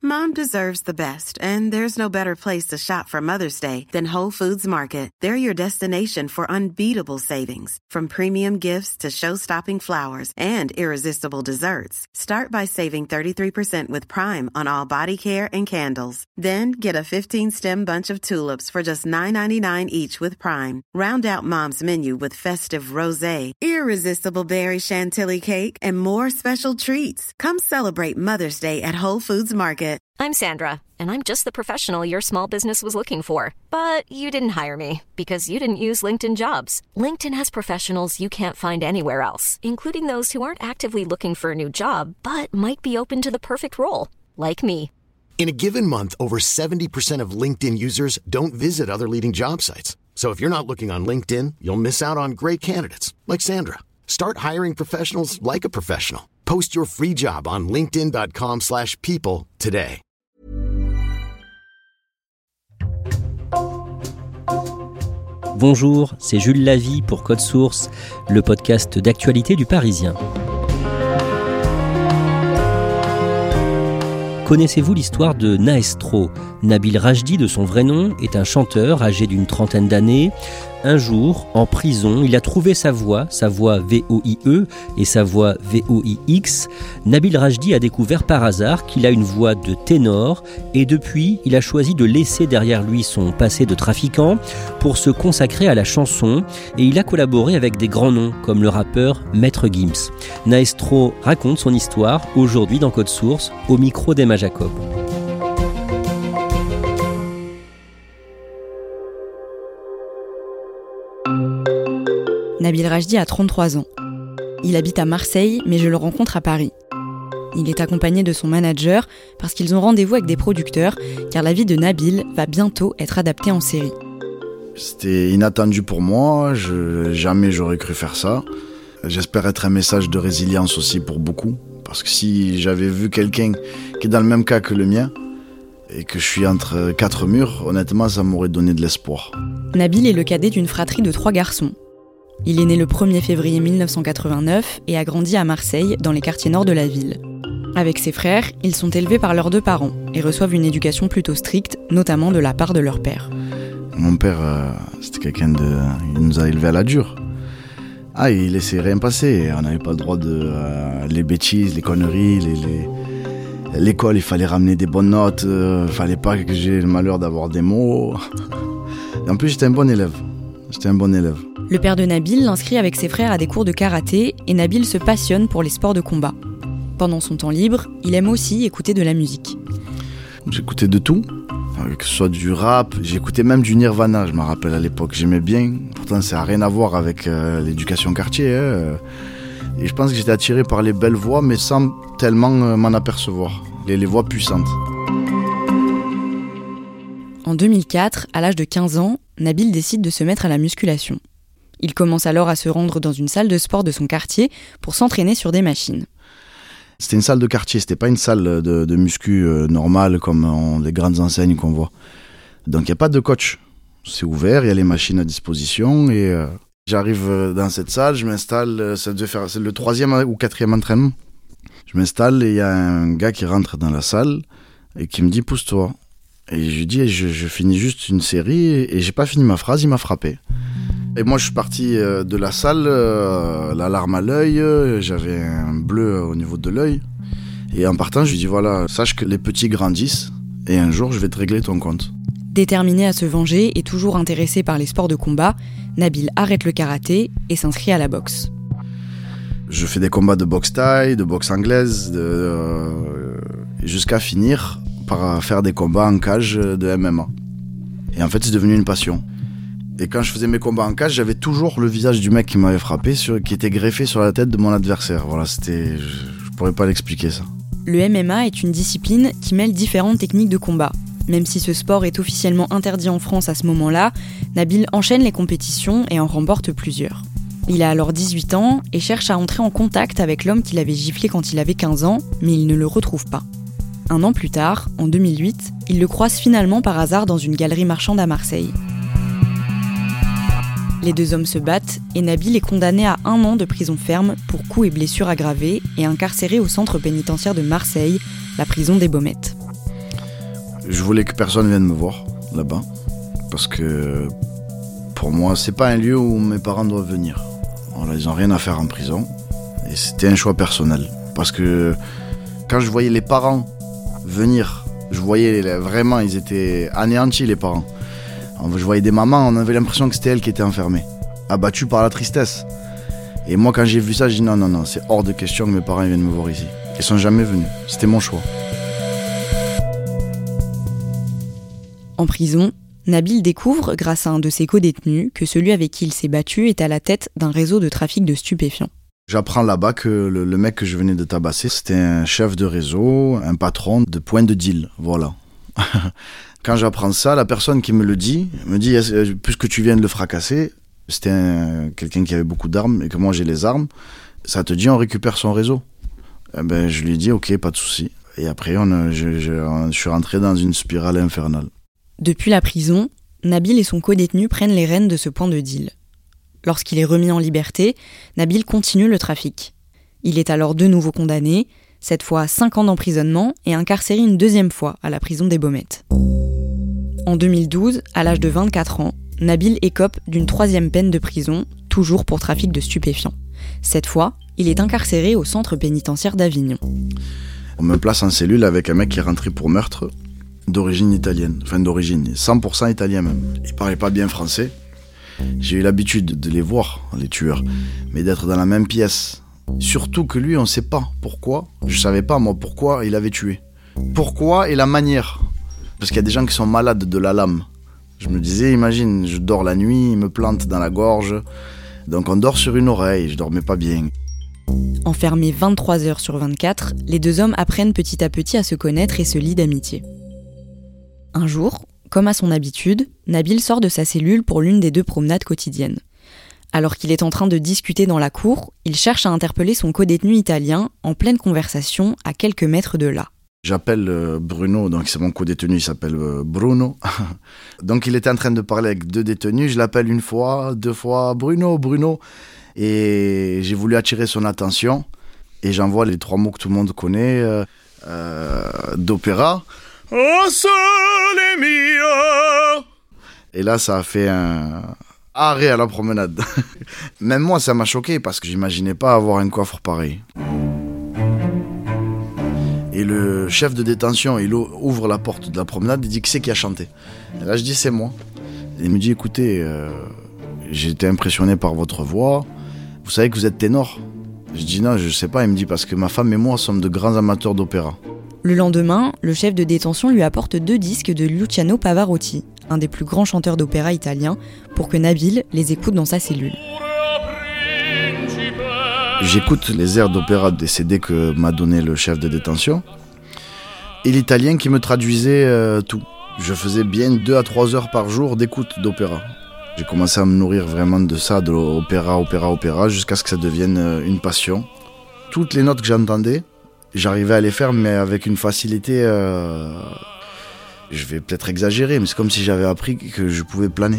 Mom deserves the best, and there's no better place to shop for Mother's Day than Whole Foods Market. They're your destination for unbeatable savings, from premium gifts to show-stopping flowers and irresistible desserts. Start by saving 33% with Prime on all body care and candles. Then get a 15-stem bunch of tulips for just $9.99 each with Prime. Round out Mom's menu with festive rosé, irresistible berry chantilly cake, and more special treats. Come celebrate Mother's Day at Whole Foods Market. I'm Sandra, and I'm just the professional your small business was looking for. But you didn't hire me because you didn't use LinkedIn Jobs. LinkedIn has professionals you can't find anywhere else, including those who aren't actively looking for a new job, but might be open to the perfect role, like me. In a given month, over 70% of LinkedIn users don't visit other leading job sites. So if you're not looking on LinkedIn, you'll miss out on great candidates, like Sandra. Start hiring professionals like a professional. Post your free job on linkedin.com/people today. Bonjour, c'est Jules Lavie pour Code Source, le podcast d'actualité du Parisien. Connaissez-vous l'histoire de Naestro ? Nabil Rajdi, de son vrai nom, est un chanteur âgé d'une trentaine d'années. Un jour, en prison, il a trouvé sa voix VOIE et sa voix VOIX. Nabil Rajdi a découvert par hasard qu'il a une voix de ténor et depuis, il a choisi de laisser derrière lui son passé de trafiquant pour se consacrer à la chanson et il a collaboré avec des grands noms comme le rappeur Maître Gims. Naestro raconte son histoire aujourd'hui dans Code Source au micro d'Emma Jacob. Nabil Rajdi a 33 ans. Il habite à Marseille, mais je le rencontre à Paris. Il est accompagné de son manager parce qu'ils ont rendez-vous avec des producteurs, car la vie de Nabil va bientôt être adaptée en série. C'était inattendu pour moi, jamais j'aurais cru faire ça. J'espère être un message de résilience aussi pour beaucoup, parce que si j'avais vu quelqu'un qui est dans le même cas que le mien, et que je suis entre 4 murs, honnêtement ça m'aurait donné de l'espoir. Nabil est le cadet d'une fratrie de 3 garçons. Il est né le 1er février 1989 et a grandi à Marseille, dans les quartiers nord de la ville. Avec ses frères, ils sont élevés par leurs 2 parents et reçoivent une éducation plutôt stricte, notamment de la part de leur père. Mon père, c'était il nous a élevés à la dure. Il laissait rien passer, on n'avait pas le droit de... les bêtises, les conneries, l'école, il fallait ramener des bonnes notes, fallait pas que j'ai le malheur d'avoir des mots. Et en plus, j'étais un bon élève. Le père de Nabil l'inscrit avec ses frères à des cours de karaté et Nabil se passionne pour les sports de combat. Pendant son temps libre, il aime aussi écouter de la musique. J'écoutais de tout, que ce soit du rap, j'écoutais même du Nirvana, je me rappelle à l'époque, j'aimais bien. Pourtant, ça n'a rien à voir avec l'éducation quartier. Et je pense que j'étais attiré par les belles voix, mais sans tellement m'en apercevoir. Les voix puissantes. En 2004, à l'âge de 15 ans, Nabil décide de se mettre à la musculation. Il commence alors à se rendre dans une salle de sport de son quartier pour s'entraîner sur des machines. C'était une salle de quartier, c'était pas une salle de muscu normale comme les grandes enseignes qu'on voit. Donc il n'y a pas de coach. C'est ouvert, il y a les machines à disposition et j'arrive dans cette salle, je m'installe, c'est le 3e ou 4e entraînement. Je m'installe et il y a un gars qui rentre dans la salle et qui me dit « pousse-toi ». Et je lui dis, je finis juste une série et j'ai pas fini ma phrase, il m'a frappé. Et moi je suis parti de la salle, la larme à l'œil, j'avais un bleu au niveau de l'œil. Et en partant, je lui dis voilà, sache que les petits grandissent et un jour je vais te régler ton compte. Déterminé à se venger et toujours intéressé par les sports de combat, Nabil arrête le karaté et s'inscrit à la boxe. Je fais des combats de boxe thaï, de boxe anglaise, jusqu'à finir par faire des combats en cage de MMA. Et en fait, c'est devenu une passion. Et quand je faisais mes combats en cage, j'avais toujours le visage du mec qui m'avait frappé, qui était greffé sur la tête de mon adversaire. Voilà, je pourrais pas l'expliquer ça. Le MMA est une discipline qui mêle différentes techniques de combat. Même si ce sport est officiellement interdit en France à ce moment-là, Nabil enchaîne les compétitions et en remporte plusieurs. Il a alors 18 ans et cherche à entrer en contact avec l'homme qui l'avait giflé quand il avait 15 ans, mais il ne le retrouve pas. Un an plus tard, en 2008, il le croise finalement par hasard dans une galerie marchande à Marseille. Les 2 hommes se battent et Nabil est condamné à 1 an de prison ferme pour coups et blessures aggravées et incarcéré au centre pénitentiaire de Marseille, la prison des Baumettes. Je voulais que personne vienne me voir là-bas. Parce que pour moi, c'est pas un lieu où mes parents doivent venir. Voilà, ils n'ont rien à faire en prison. Et c'était un choix personnel. Parce que quand je voyais les parents venir, je voyais vraiment, ils étaient anéantis, les parents. Je voyais des mamans, on avait l'impression que c'était elles qui étaient enfermées, abattues par la tristesse. Et moi, quand j'ai vu ça, j'ai dit non, c'est hors de question que mes parents viennent me voir ici. Ils sont jamais venus, c'était mon choix. En prison, Nabil découvre, grâce à un de ses co-détenus, que celui avec qui il s'est battu est à la tête d'un réseau de trafic de stupéfiants. J'apprends là-bas que le mec que je venais de tabasser, c'était un chef de réseau, un patron de point de deal, voilà. Quand j'apprends ça, la personne qui me le dit, me dit, puisque tu viens de le fracasser, c'était quelqu'un qui avait beaucoup d'armes et que moi j'ai les armes, ça te dit on récupère son réseau. Je lui ai dit ok, pas de souci. Et après je suis rentré dans une spirale infernale. Depuis la prison, Nabil et son co-détenu prennent les rênes de ce point de deal. Lorsqu'il est remis en liberté, Nabil continue le trafic. Il est alors de nouveau condamné, cette fois 5 ans d'emprisonnement et incarcéré une deuxième fois à la prison des Baumettes. En 2012, à l'âge de 24 ans, Nabil écope d'une 3e peine de prison, toujours pour trafic de stupéfiants. Cette fois, il est incarcéré au centre pénitentiaire d'Avignon. On me place en cellule avec un mec qui est rentré pour meurtre, d'origine italienne, enfin d'origine 100% italien même. Il parlait pas bien français. J'ai eu l'habitude de les voir, les tueurs, mais d'être dans la même pièce. Surtout que lui, on sait pas pourquoi. Je savais pas moi pourquoi il avait tué. Pourquoi et la manière. Parce qu'il y a des gens qui sont malades de la lame. Je me disais, imagine, je dors la nuit, il me plante dans la gorge. Donc on dort sur une oreille, je dormais pas bien. Enfermés 23 heures sur 24, les deux hommes apprennent petit à petit à se connaître et se lient d'amitié. Un jour, comme à son habitude, Nabil sort de sa cellule pour l'une des 2 promenades quotidiennes. Alors qu'il est en train de discuter dans la cour, il cherche à interpeller son co-détenu italien en pleine conversation à quelques mètres de là. J'appelle Bruno, donc c'est mon co-détenu, il s'appelle Bruno. Donc il était en train de parler avec 2 détenus, je l'appelle 1 fois, 2 fois, Bruno. Et j'ai voulu attirer son attention et j'envoie les 3 mots que tout le monde connaît d'opéra. Oh sole mio. Et là ça a fait un arrêt à la promenade. Même moi ça m'a choqué parce que j'imaginais pas avoir un coffre pareil. Et le chef de détention, il ouvre la porte de la promenade, il dit qui c'est qui a chanté. Et là je dis c'est moi. Il me dit écoutez, j'ai été impressionné par votre voix, vous savez que vous êtes ténor? Je dis non, je sais pas, il me dit parce que ma femme et moi sommes de grands amateurs d'opéra. Le lendemain, le chef de détention lui apporte 2 disques de Luciano Pavarotti, un des plus grands chanteurs d'opéra italiens, pour que Nabil les écoute dans sa cellule. J'écoute les airs d'opéra des CD que m'a donné le chef de détention et l'italien qui me traduisait tout. Je faisais bien 2 à 3 heures par jour d'écoute d'opéra. J'ai commencé à me nourrir vraiment de ça, de l'opéra, jusqu'à ce que ça devienne une passion. Toutes les notes que j'entendais, j'arrivais à les faire, mais avec une facilité... Je vais peut-être exagérer, mais c'est comme si j'avais appris que je pouvais planer.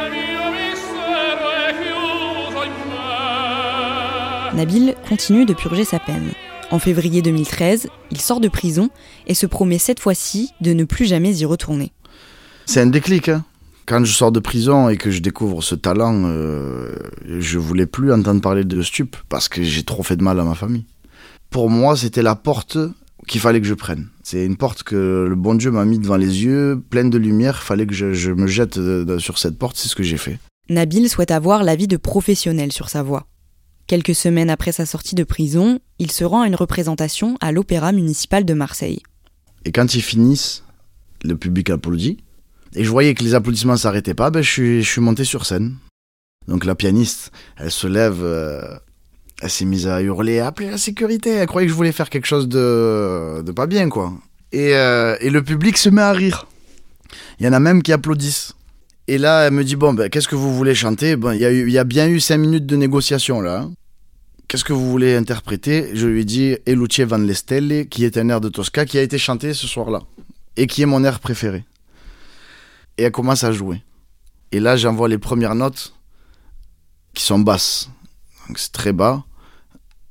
Nabil continue de purger sa peine. En février 2013, il sort de prison et se promet cette fois-ci de ne plus jamais y retourner. C'est un déclic, hein. Quand je sors de prison et que je découvre ce talent, je voulais plus entendre parler de stup parce que j'ai trop fait de mal à ma famille. Pour moi, c'était la porte qu'il fallait que je prenne. C'est une porte que le bon Dieu m'a mis devant les yeux, pleine de lumière. Il fallait que je me jette sur cette porte, c'est ce que j'ai fait. Nabil souhaite avoir l'avis de professionnels sur sa voix. Quelques semaines après sa sortie de prison, il se rend à une représentation à l'Opéra municipal de Marseille. Et quand ils finissent, le public applaudit. Et je voyais que les applaudissements ne s'arrêtaient pas, je suis monté sur scène. Donc la pianiste, elle se lève, elle s'est mise à hurler, appelez la sécurité. Elle croyait que je voulais faire quelque chose de pas bien, quoi. Et le public se met à rire. Il y en a même qui applaudissent. Et là, elle me dit, qu'est-ce que vous voulez chanter? Il y a bien eu 5 minutes de négociation, là. Qu'est-ce que vous voulez interpréter? Je lui ai dit « E luce van le stelle », qui est un air de Tosca, qui a été chanté ce soir-là. Et qui est mon air préféré. Et elle commence à jouer. Et là, j'envoie les premières notes qui sont basses. Donc c'est très bas.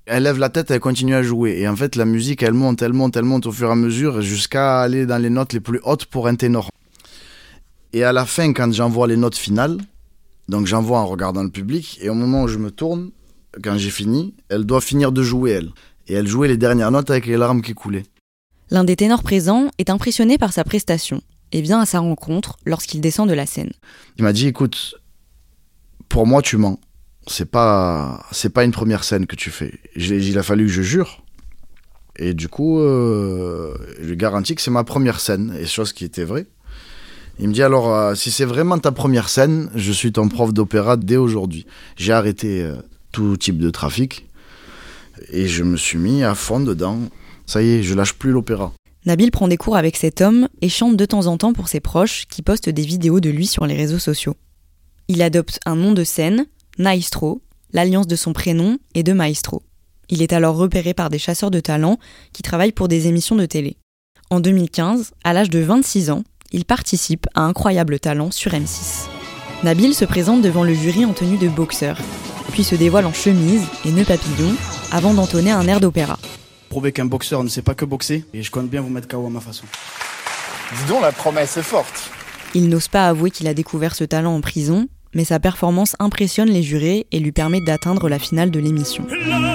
Elle lève la tête, elle continue à jouer. Et en fait, la musique, elle monte au fur et à mesure jusqu'à aller dans les notes les plus hautes pour un ténor. Et à la fin, quand j'envoie les notes finales, donc j'envoie en regardant le public, et au moment où je me tourne, quand j'ai fini, elle doit finir de jouer, elle. Et elle jouait les dernières notes avec les larmes qui coulaient. L'un des ténors présents est impressionné par sa prestation et vient à sa rencontre lorsqu'il descend de la scène. Il m'a dit, écoute, pour moi, tu mens. C'est pas une première scène que tu fais. Il a fallu que je jure. Et du coup, je lui garantis que c'est ma première scène, et chose qui était vraie. Il me dit alors, si c'est vraiment ta première scène, je suis ton prof d'opéra dès aujourd'hui. J'ai arrêté tout type de trafic et je me suis mis à fond dedans. Ça y est, je lâche plus l'opéra. Nabil prend des cours avec cet homme et chante de temps en temps pour ses proches qui postent des vidéos de lui sur les réseaux sociaux. Il adopte un nom de scène, Naistro, l'alliance de son prénom et de maestro. Il est alors repéré par des chasseurs de talent qui travaillent pour des émissions de télé. En 2015, à l'âge de 26 ans, il participe à Incroyable Talent sur M6. Nabil se présente devant le jury en tenue de boxeur, puis se dévoile en chemise et nœud papillon avant d'entonner un air d'opéra. Prouver qu'un boxeur ne sait pas que boxer, et je compte bien vous mettre KO à ma façon. Dis donc, la promesse est forte. Il n'ose pas avouer qu'il a découvert ce talent en prison, mais sa performance impressionne les jurés et lui permet d'atteindre la finale de l'émission.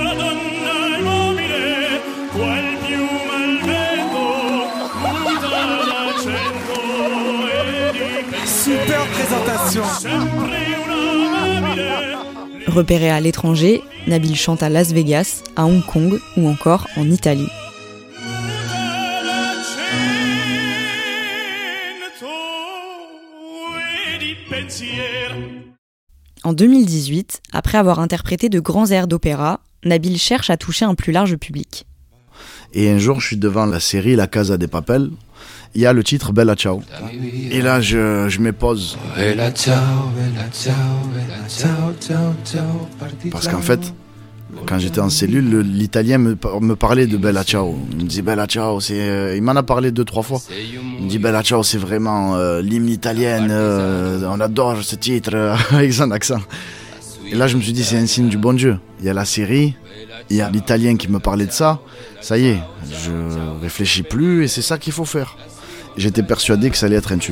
Super présentation. Repéré à l'étranger, Nabil chante à Las Vegas, à Hong Kong ou encore en Italie. En 2018, après avoir interprété de grands airs d'opéra, Nabil cherche à toucher un plus large public. Et un jour, je suis devant la série La Casa de Papel. Il y a le titre Bella Ciao. Et là, je me pose. Parce qu'en fait, quand j'étais en cellule, l'italien me parlait de Bella Ciao. Il me dit Bella Ciao, il m'en a parlé 2-3 fois. Il me dit Bella Ciao, c'est vraiment l'hymne italien. On adore ce titre avec son accent. Et là, je me suis dit, c'est un signe du bon Dieu. Il y a la série, il y a l'italien qui me parlait de ça. Ça y est, je réfléchis plus et c'est ça qu'il faut faire. J'étais persuadé que ça allait être un tube.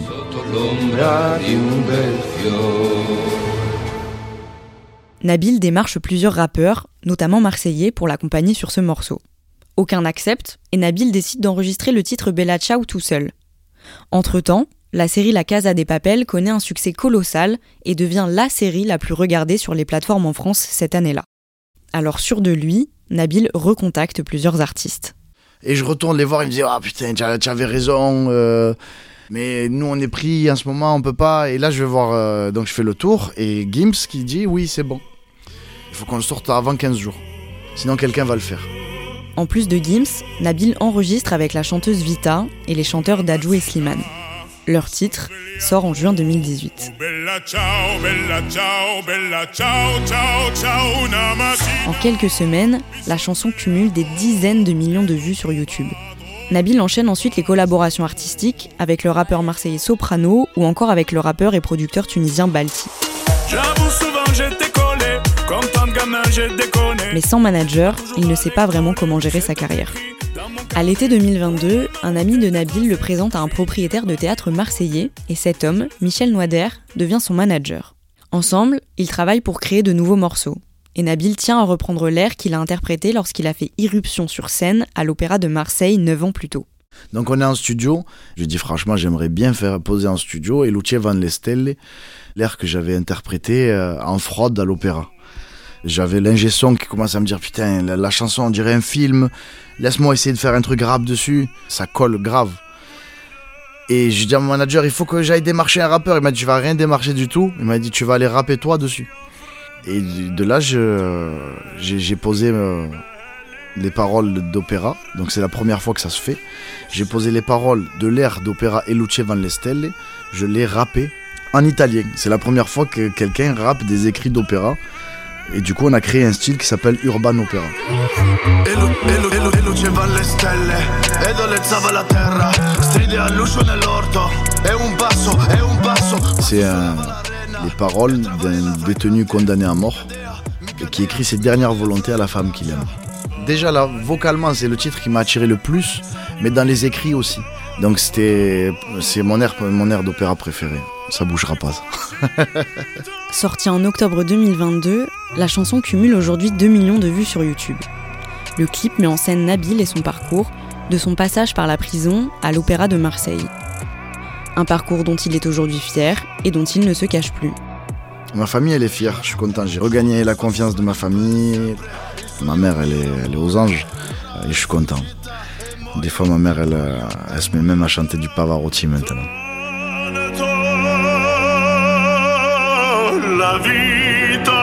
Nabil démarche plusieurs rappeurs, notamment marseillais, pour l'accompagner sur ce morceau. Aucun n'accepte et Nabil décide d'enregistrer le titre Bella Ciao tout seul. Entre-temps, la série La Casa de Papel connaît un succès colossal et devient la série la plus regardée sur les plateformes en France cette année-là. Alors sûr de lui, Nabil recontacte plusieurs artistes. Et je retourne les voir, ils me disent « Ah putain, tu avais raison, mais nous on est pris en ce moment, on peut pas. » Et là je vais voir, donc je fais le tour, et Gims qui dit « Oui, c'est bon. Il faut qu'on le sorte avant 15 jours. Sinon quelqu'un va le faire. » En plus de Gims, Nabil enregistre avec la chanteuse Vita et les chanteurs Dadju et Slimane. Leur titre sort en juin 2018. En quelques semaines, la chanson cumule des dizaines de millions de vues sur YouTube. Nabil enchaîne ensuite les collaborations artistiques avec le rappeur marseillais Soprano ou encore avec le rappeur et producteur tunisien Balti. Mais sans manager, il ne sait pas vraiment comment gérer sa carrière. À l'été 2022, un ami de Nabil le présente à un propriétaire de théâtre marseillais et cet homme, Michel Noader, devient son manager. Ensemble, ils travaillent pour créer de nouveaux morceaux. Et Nabil tient à reprendre l'air qu'il a interprété lorsqu'il a fait irruption sur scène à l'Opéra de Marseille 9 ans plus tôt. Donc on est en studio, je dis franchement j'aimerais bien faire poser en studio et Lucia Van le Stelle, l'air que j'avais interprété en fraude à l'opéra. J'avais l'ingé son qui commence à me dire putain la chanson on dirait un film, laisse-moi essayer de faire un truc rap dessus, ça colle grave. Et je dis à mon manager il faut que j'aille démarcher un rappeur, il m'a dit tu vas rien démarcher du tout, il m'a dit tu vas aller rapper toi dessus. Et de là j'ai posé les paroles d'opéra, donc c'est la première fois que ça se fait. J'ai posé les paroles de l'air d'opéra E Luce Van le Stelle, je l'ai rappé en italien. C'est la première fois que quelqu'un rappe des écrits d'opéra. Et du coup, on a créé un style qui s'appelle Urban Opera. C'est les paroles d'un détenu condamné à mort et qui écrit ses dernières volontés à la femme qu'il aime. déjà là, vocalement, c'est le titre qui m'a attiré le plus, mais dans les écrits aussi. Donc c'est mon air d'opéra préféré. Ça bougera pas, ça. Sortie en octobre 2022, la chanson cumule aujourd'hui 2 millions de vues sur YouTube. Le clip met en scène Nabil et son parcours, de son passage par la prison à l'Opéra de Marseille. Un parcours dont il est aujourd'hui fier et dont il ne se cache plus. Ma famille, elle est fière, je suis content. J'ai regagné la confiance de ma famille. Ma mère, elle est aux anges et je suis content. Des fois, ma mère, elle se met même à chanter du Pavarotti maintenant. La vita.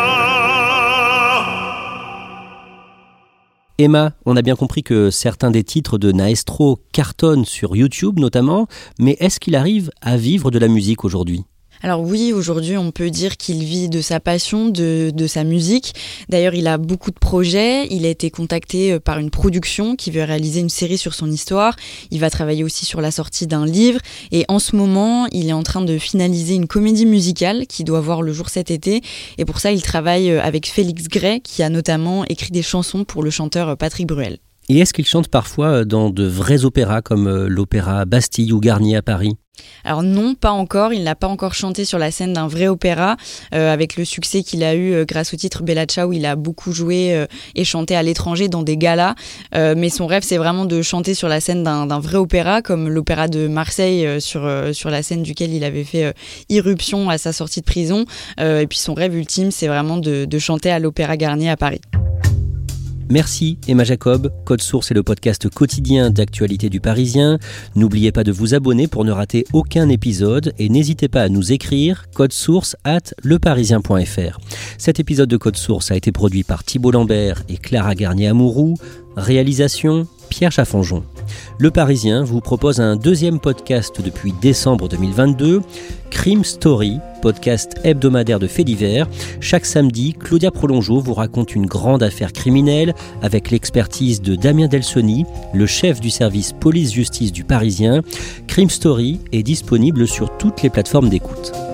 Emma, on a bien compris que certains des titres de Naestro cartonnent sur YouTube notamment, mais est-ce qu'il arrive à vivre de la musique aujourd'hui ? Alors oui, aujourd'hui on peut dire qu'il vit de sa passion, de sa musique. D'ailleurs il a beaucoup de projets, il a été contacté par une production qui veut réaliser une série sur son histoire. Il va travailler aussi sur la sortie d'un livre et en ce moment il est en train de finaliser une comédie musicale qui doit voir le jour cet été. Et pour ça il travaille avec Félix Gray qui a notamment écrit des chansons pour le chanteur Patrick Bruel. Et est-ce qu'il chante parfois dans de vrais opéras comme l'opéra Bastille ou Garnier à Paris ? Alors non, pas encore. Il n'a pas encore chanté sur la scène d'un vrai opéra. Avec le succès qu'il a eu grâce au titre Bella Ciao, il a beaucoup joué et chanté à l'étranger dans des galas. Mais son rêve, c'est vraiment de chanter sur la scène d'un vrai opéra, comme l'opéra de Marseille, sur la scène duquel il avait fait irruption à sa sortie de prison. Et puis son rêve ultime, c'est vraiment de chanter à l'Opéra Garnier à Paris. Merci Emma Jacob. Code Source est le podcast quotidien d'actualité du Parisien. N'oubliez pas de vous abonner pour ne rater aucun épisode et n'hésitez pas à nous écrire codesource@leparisien.fr. Cet épisode de Code Source a été produit par Thibault Lambert et Clara Garnier-Amouroux. Réalisation Pierre Chaffanjon. Le Parisien vous propose un deuxième podcast depuis décembre 2022, Crime Story, podcast hebdomadaire de faits divers. Chaque samedi, Claudia Prolongeau vous raconte une grande affaire criminelle avec l'expertise de Damien Delsoni, le chef du service police-justice du Parisien. Crime Story est disponible sur toutes les plateformes d'écoute.